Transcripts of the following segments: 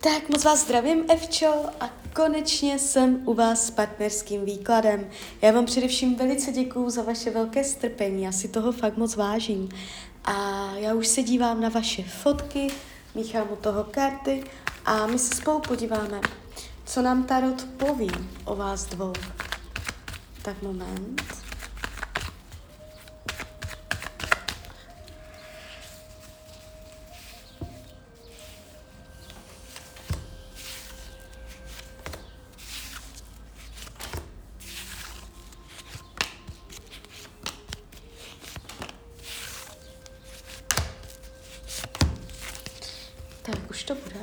Tak moc vás zdravím, Evčo, a konečně jsem u vás s partnerským výkladem. Já vám především velice děkuju za vaše velké strpení, já si toho fakt moc vážím. A já už se dívám na vaše fotky, míchám u toho karty a my se spolu podíváme, co nám Tarot poví o vás dvou. Tak moment. Tak, už to bude.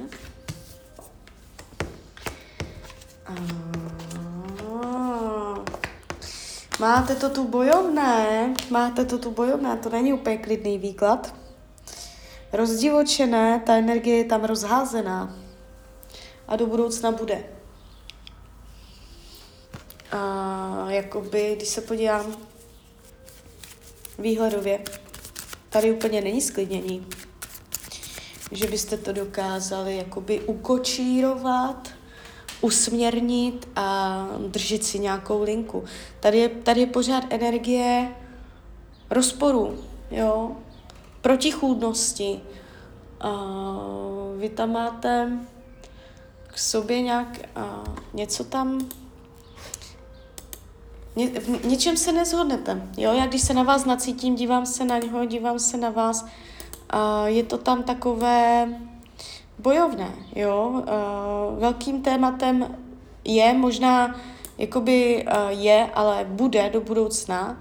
Máte to tu bojovné, to není úplně klidný výklad. Rozdivočené, ta energie je tam rozházená a do budoucna bude. A jakoby, když se podívám výhledově, tady úplně není sklidnění. Že byste to dokázali jakoby ukočírovat, usměrnit a držet si nějakou linku. Tady je pořád energie rozporu, jo, protichůdnosti. Vy tam máte k sobě nějak něco tam, v něčem se nezhodnete. Jo? Já když se na vás nacítím, dívám se na něho, dívám se na vás, je to tam takové bojovné, jo. Velkým tématem je, možná jakoby je, ale bude do budoucna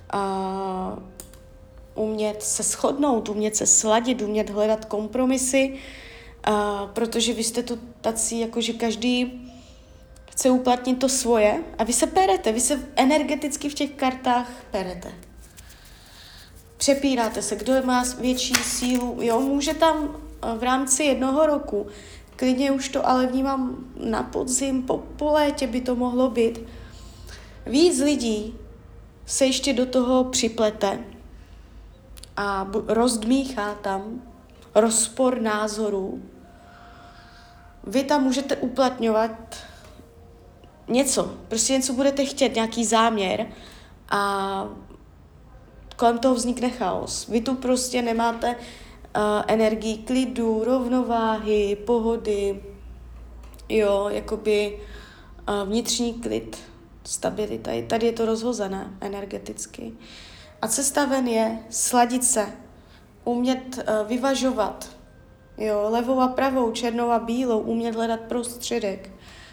umět se shodnout, umět se sladit, umět hledat kompromisy, protože vy jste tu tací, jakože každý chce uplatnit to svoje a vy se perete, vy se energeticky v těch kartách perete. Přepíráte se, kdo má větší sílu, jo, může tam v rámci 1 roku, klidně už to ale vnímám na podzim, po létě by to mohlo být, víc lidí se ještě do toho připlete a rozdmíchá tam rozpor názorů. Vy tam můžete uplatňovat něco, prostě něco budete chtět, nějaký záměr a kolem toho vznikne chaos. Vy tu prostě nemáte energii klidu, rovnováhy, pohody, jo, jakoby vnitřní klid, stabilita. Tady je to rozhozené energeticky. A cesta ven je sladit se, umět vyvažovat, jo, levou a pravou, černou a bílou, umět hledat prostředek.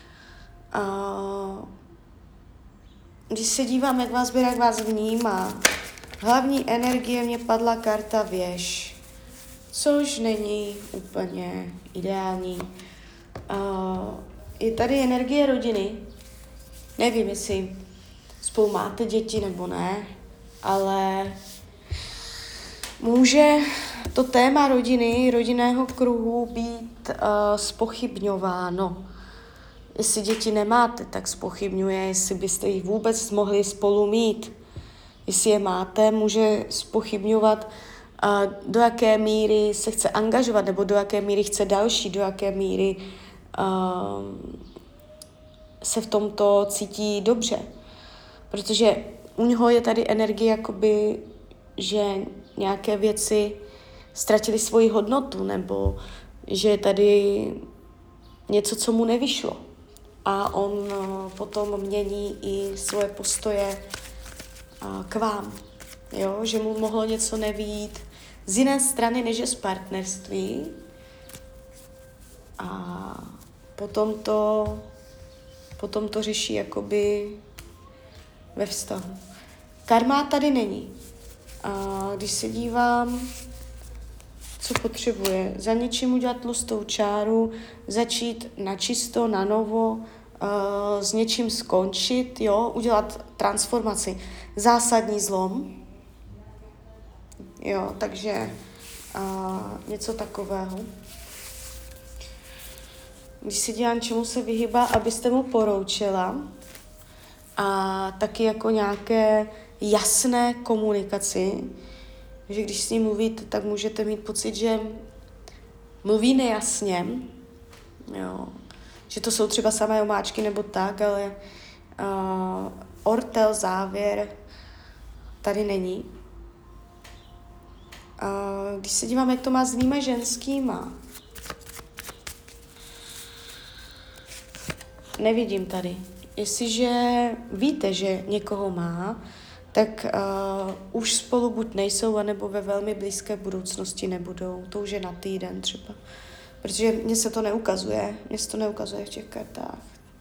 Když se dívám, jak vás vnímá, hlavní energie mě padla karta věž, což není úplně ideální. Je tady energie rodiny. Nevím, jestli spolu máte děti nebo ne, ale může to téma rodiny, rodinného kruhu být zpochybňováno. Jestli děti nemáte, tak zpochybňuje, jestli byste jich vůbec mohli spolu mít. Jestli je máte, může zpochybňovat, do jaké míry se chce angažovat, nebo do jaké míry chce další, do jaké míry se v tomto cítí dobře. Protože u něho je tady energie, jakoby, že nějaké věci ztratily svoji hodnotu, nebo že je tady něco, co mu nevyšlo. A on potom mění i svoje postoje k vám. Jo? Že mu mohlo něco nevýjít z jiné strany, než je z partnerství. A potom to řeší jakoby ve vztahu. Karma tady není. A když se dívám, co potřebuje, za něčím udělat tlustou čáru, začít načisto, na novo, s něčím skončit, jo, udělat transformaci, zásadní zlom, jo, takže něco takového. Když si dívám, čemu se vyhýbá, abyste mu poroučila, a taky jako nějaké jasné komunikaci, že když s ním mluvíte, tak můžete mít pocit, že mluví nejasně, Jo. Že to jsou třeba samé omáčky nebo tak, ale ortel, závěr tady není. Když se dívám, jak to má s jinýma ženskýma, nevidím tady. Jestliže víte, že někoho má, tak už spolu buď nejsou, anebo ve velmi blízké budoucnosti nebudou. To už je na týden třeba. Protože mně se to neukazuje. Mně se to neukazuje v těch kartách.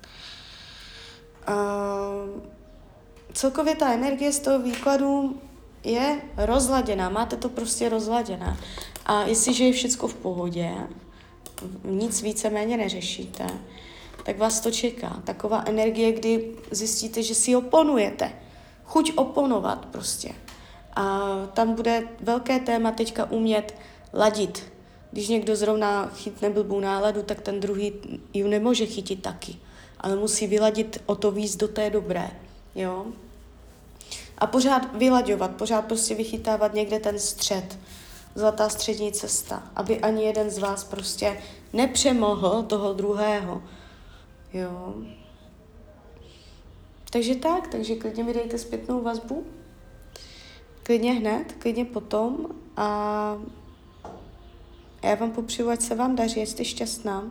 Celkově ta energie z toho výkladu je rozladěná. Máte to prostě rozladěná. A jestliže je všecko v pohodě, nic víceméně neřešíte, tak vás to čeká. Taková energie, kdy zjistíte, že si oponujete. Chuť oponovat prostě. A tam bude velké téma teďka umět ladit. Když někdo zrovna chytne blbou náladu, tak ten druhý ji nemůže chytit taky. Ale musí vyladit o to víc do té dobré. Jo? A pořád vylaďovat, pořád prostě vychytávat někde ten střed. Zlatá střední cesta. Aby ani jeden z vás prostě nepřemohl toho druhého. Jo. Takže klidně mi dejte zpětnou vazbu. Klidně hned, klidně potom. A já vám popřeju, ať se vám daří, jste šťastná.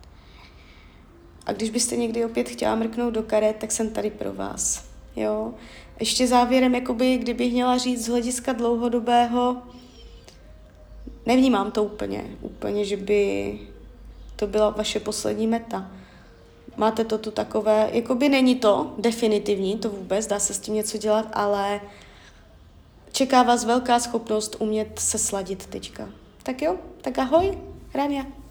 A když byste někdy opět chtěla mrknout do karet, tak jsem tady pro vás. Jo. Ještě závěrem, jakoby, kdybych měla říct z hlediska dlouhodobého, nevnímám to úplně, že by to byla vaše poslední meta. Máte to tu takové, jakoby není to definitivní, to vůbec, dá se s tím něco dělat, ale čeká vás velká schopnost umět se sladit teďka. Tak jo, tak ahoj, Rania.